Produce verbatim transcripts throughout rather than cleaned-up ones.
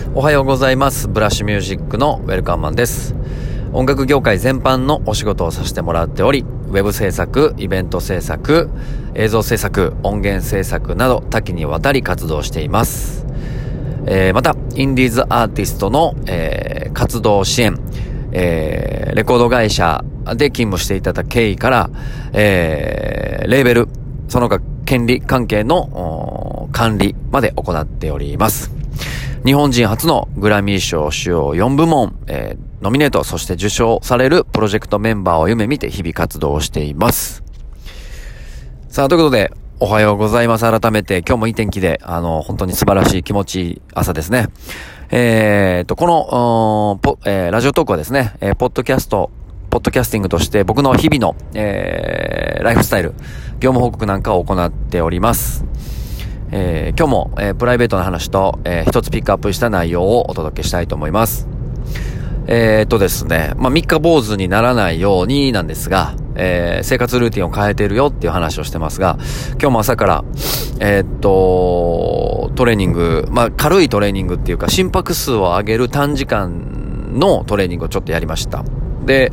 おはようございます。ブラッシュミュージックのウェルカムマンです。音楽業界全般のお仕事をさせてもらっており、ウェブ制作、イベント制作、映像制作、音源制作など多岐にわたり活動しています。えー、またインディーズアーティストの、えー、活動支援、えー、レコード会社で勤務していただ経緯から、えー、レーベルその他権利関係の管理まで行っております。日本人初のグラミー賞主要よんぶもん、えー、ノミネートそして受賞されるプロジェクトメンバーを夢見て日々活動しています。さあ、ということでおはようございます。改めて今日もいい天気で、あの本当に素晴らしい気持ちいい朝ですね。えーとこのポ、えー、ラジオトークはですね、えー、ポッドキャストポッドキャスティングとして僕の日々の、えー、ライフスタイル業務報告なんかを行っております。えー、今日も、えー、プライベートな話と、えー、一つピックアップした内容をお届けしたいと思います。えーとですね、まあ、三日坊主にならないようになんですが、えー、生活ルーティンを変えているよっていう話をしてますが、今日も朝から、えーっと、トレーニング、まあ、軽いトレーニングっていうか、心拍数を上げる短時間のトレーニングをちょっとやりました。で、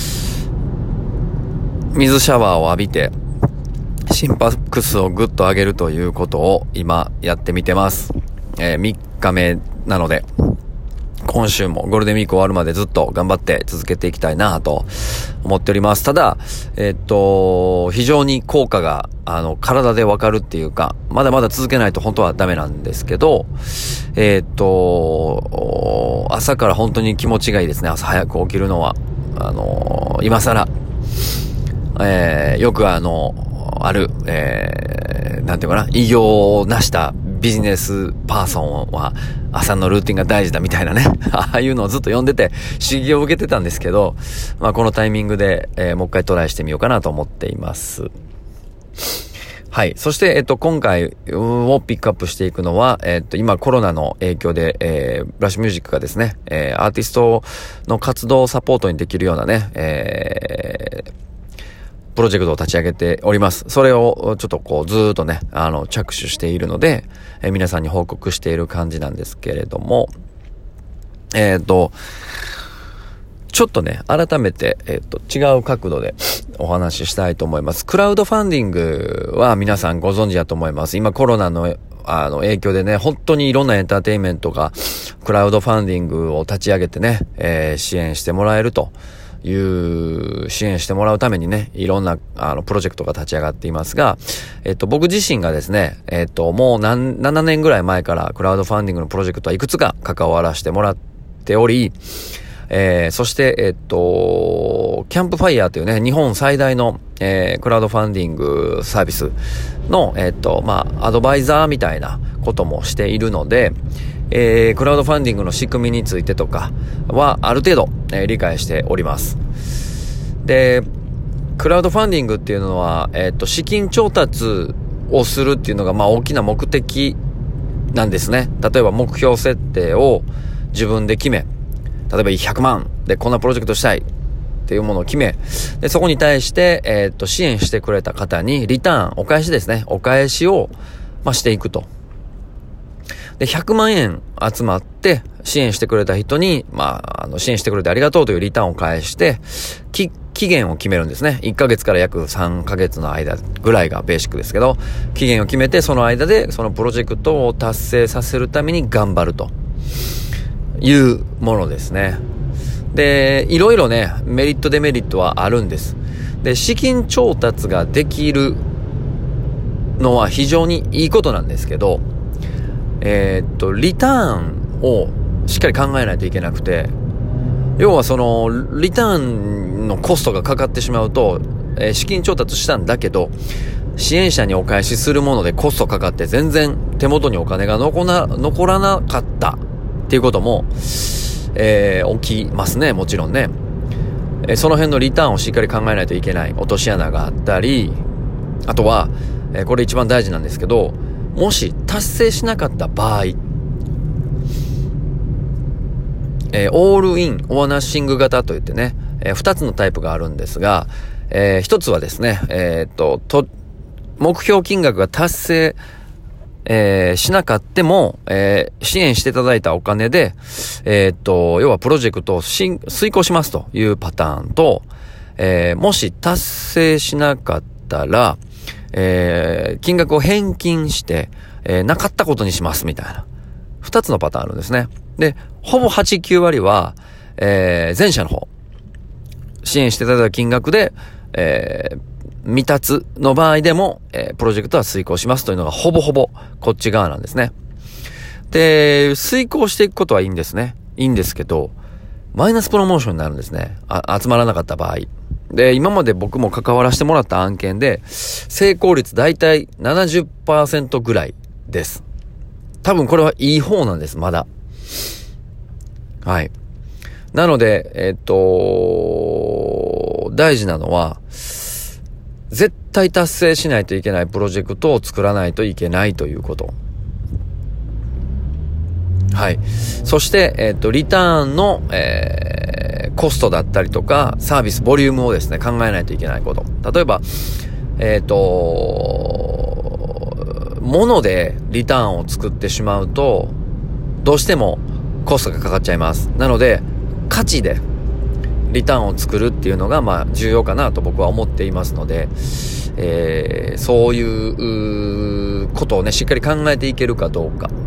水シャワーを浴びて、心拍数をぐっと上げるということを今やってみてます。えー、みっかめなので、今週もゴールデンウィーク終わるまでずっと頑張って続けていきたいなと思っております。ただ、えー、っと、非常に効果が、あの、体でわかるっていうか、まだまだ続けないと本当はダメなんですけど、えー、っと、朝から本当に気持ちがいいですね。朝早く起きるのは。あの、今更、えー、よくあの、ある、えー、なんていうかな、偉業を成したビジネスパーソンは朝のルーティンが大事だみたいなねああいうのをずっと読んでて刺激を受けてたんですけど、まあこのタイミングで、えー、もう一回トライしてみようかなと思っています。はい。そして、えっと、今回をピックアップしていくのは、えっと、今コロナの影響で、えー、ブラッシュミュージックがですね、えー、アーティストの活動サポートにできるようなね、えー、プロジェクトを立ち上げております。それをちょっとこうずーっとね、あの、着手しているので、えー、皆さんに報告している感じなんですけれども、えっと、ちょっとね、改めて、えっと、違う角度でお話ししたいと思います。クラウドファンディングは皆さんご存知だと思います。今コロナのあの影響でね、本当にいろんなエンターテインメントがクラウドファンディングを立ち上げてね、えー、支援してもらえるという支援してもらうためにね、いろんなあのプロジェクトが立ち上がっていますが、えっと僕自身がですね、えっともう何ななねんぐらい前からクラウドファンディングのプロジェクトはいくつか関わらせてもらっており、えー、そして、えっと、キャンプファイヤーというね、日本最大の、えー、クラウドファンディングサービスの、えっと、まあ、アドバイザーみたいなこともしているので、えー、クラウドファンディングの仕組みについてとかは、ある程度、えー、理解しております。で、クラウドファンディングっていうのは、えっと、資金調達をするっていうのが、まあ、大きな目的なんですね。例えば、目標設定を自分で決め、例えばひゃくまんでこんなプロジェクトしたいっていうものを決め、でそこに対して、えー、っと支援してくれた方にリターン、お返しですね、お返しを、まあ、していくと。でひゃくまんえん集まって支援してくれた人に、まあ、あの支援してくれてありがとうというリターンを返してき期限を決めるんですね。いっかげつから約さんかげつの間ぐらいがベーシックですけど、期限を決めてその間でそのプロジェクトを達成させるために頑張るというものですね。で、いろいろね、メリットデメリットはあるんです。で、資金調達ができるのは非常にいいことなんですけど、えー、っと、リターンをしっかり考えないといけなくて、要はその、リターンのコストがかかってしまうと、えー、資金調達したんだけど、支援者にお返しするものでコストかかって全然手元にお金が残ら、残らなかったっていうことも、えー、起きますね。もちろんね、えー、その辺のリターンをしっかり考えないといけない落とし穴があったり、あとは、えー、これ一番大事なんですけど、もし達成しなかった場合、えー、オールインオアナッシング型といってね、えー、ふたつのタイプがあるんですが、えー、ひとつはですね、えー、っとと目標金額が達成えー、しなかっても、えー、支援していただいたお金で、えー、っと、要はプロジェクトを遂行しますというパターンと、えー、もし達成しなかったら、えー、金額を返金して、えー、なかったことにしますみたいな。二つのパターンあるんですね。で、ほぼはち、きゅうわりは、えー、前者の方。支援していただいた金額で、えー、未達の場合でも、えー、プロジェクトは遂行しますというのがほぼほぼこっち側なんですね。で、遂行していくことはいいんですね。いいんですけど、マイナスプロモーションになるんですね。あ、集まらなかった場合。で、今まで僕も関わらせてもらった案件で、成功率だいたい ななじゅっパーセント ぐらいです。多分これはいい方なんです、まだ。はい。なので、えっと、大事なのは、絶対達成しないといけないプロジェクトを作らないといけないということ。はい。そして、えっと、リターンの、えー、コストだったりとか、サービス、ボリュームをですね、考えないといけないこと。例えば、えっと、物でリターンを作ってしまうと、どうしてもコストがかかっちゃいます。なので、価値でリターンを作るっていうのが、まあ、重要かなと僕は思っていますので、えー、そういうことをね、しっかり考えていけるかどうか。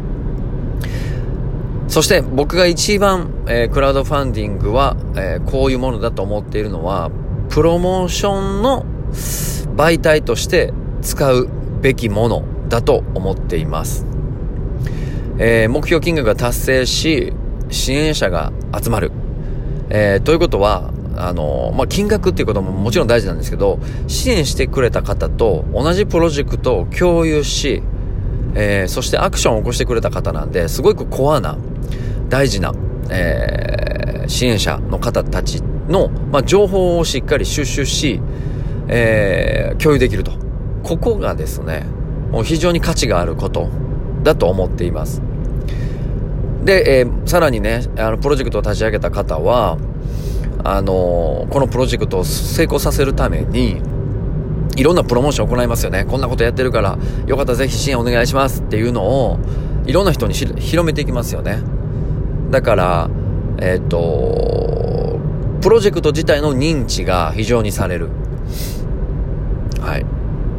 そして僕が一番、えー、クラウドファンディングは、えー、こういうものだと思っているのは、プロモーションの媒体として使うべきものだと思っています。えー、目標金額が達成し、支援者が集まる。えー、ということは、あのー、まあ、金額っていうことももちろん大事なんですけど、支援してくれた方と同じプロジェクトを共有し、えー、そしてアクションを起こしてくれた方なんで、すごくコアな、大事な、えー、支援者の方たちの、まあ、情報をしっかり収集し、えー、共有できると。ここがですね、もう非常に価値があることだと思っています。で、えー、さらにね、あの、プロジェクトを立ち上げた方は、あのー、このプロジェクトを成功させるために、いろんなプロモーションを行いますよね。こんなことやってるから、よかったらぜひ支援お願いしますっていうのを、いろんな人に広めていきますよね。だから、えっと、プロジェクト自体の認知が非常にされる。はい。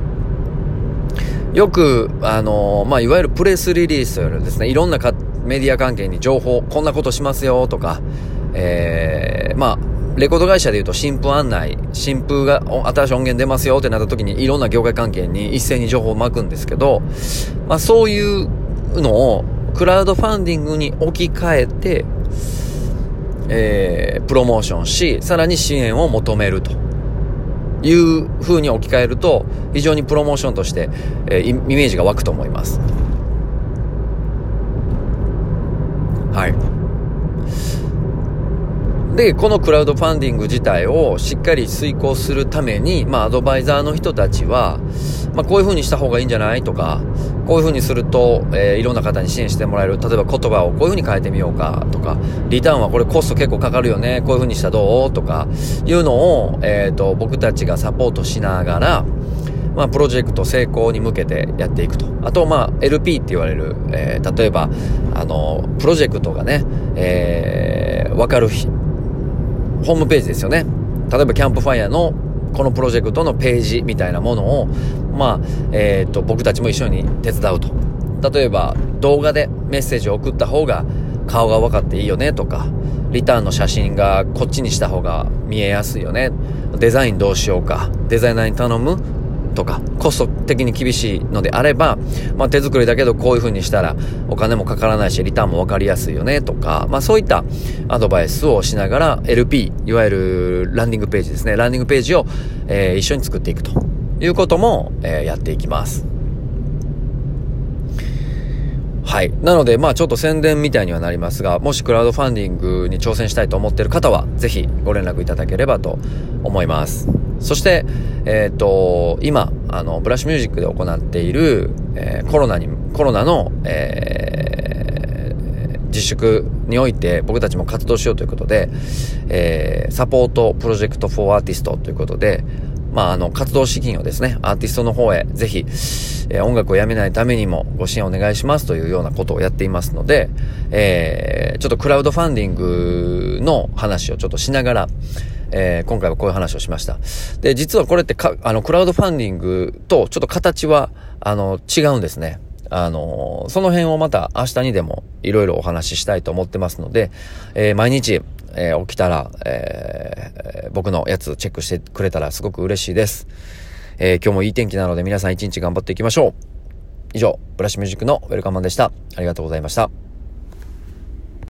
よく、あの、まあ、いわゆるプレスリリースというですね、いろんなかメディア関係に情報、こんなことしますよとか、えー、まあ、レコード会社で言うと新譜案内、新譜が新しい音源出ますよってなった時にいろんな業界関係に一斉に情報を巻くんですけど、まあ、そういうのをクラウドファンディングに置き換えて、えー、プロモーションし、さらに支援を求めるという風に置き換えると、非常にプロモーションとして、えー、イメージが湧くと思います。はい。で、このクラウドファンディング自体をしっかり遂行するために、まあ、アドバイザーの人たちは、まあ、こういう風にした方がいいんじゃないとか、こういう風にすると、えー、いろんな方に支援してもらえる。例えば言葉をこういう風に変えてみようかとか、リターンはこれコスト結構かかるよね。こういう風にしたらどうとか、いうのを、えっと、僕たちがサポートしながら、まあ、プロジェクト成功に向けてやっていくと。あと、まあ、エルピー って言われる、えー、例えば、あの、プロジェクトがね、えー、わかる日、ホームページですよね。例えばキャンプファイヤーのこのプロジェクトのページみたいなものを、まあ、えっと、僕たちも一緒に手伝うと。例えば動画でメッセージを送った方が顔が分かっていいよねとか、リターンの写真がこっちにした方が見えやすいよね。デザインどうしようか。デザイナーに頼むとか、コスト的に厳しいのであれば、まあ、手作りだけどこういう風にしたらお金もかからないしリターンも分かりやすいよねとか、まあ、そういったアドバイスをしながら エルピー、いわゆるランディングページですね、ランディングページを、えー、一緒に作っていくということも、えー、やっていきます。はい。なので、まあちょっと宣伝みたいにはなりますが、もしクラウドファンディングに挑戦したいと思っている方は、ぜひご連絡いただければと思います。そして、えっと、今、あの、ブラッシュミュージックで行っている、えー、コロナに、コロナの、えー、自粛において僕たちも活動しようということで、えー、サポートプロジェクトフォーアーティストということで、 まあ、あの、活動資金をですね、アーティストの方へぜひ、えー、音楽をやめないためにもご支援お願いしますというようなことをやっていますので、えー、ちょっとクラウドファンディングの話をちょっとしながら、えー、今回はこういう話をしました。で、実はこれってか、あの、クラウドファンディングとちょっと形は、あの、違うんですね。あの、その辺をまた明日にでもいろいろお話ししたいと思ってますので、えー、毎日、えー、起きたら、えー、僕のやつチェックしてくれたらすごく嬉しいです。えー、今日もいい天気なので皆さん一日頑張っていきましょう。以上、ブラッシュミュージックのウェルカムマンでした。ありがとうございました。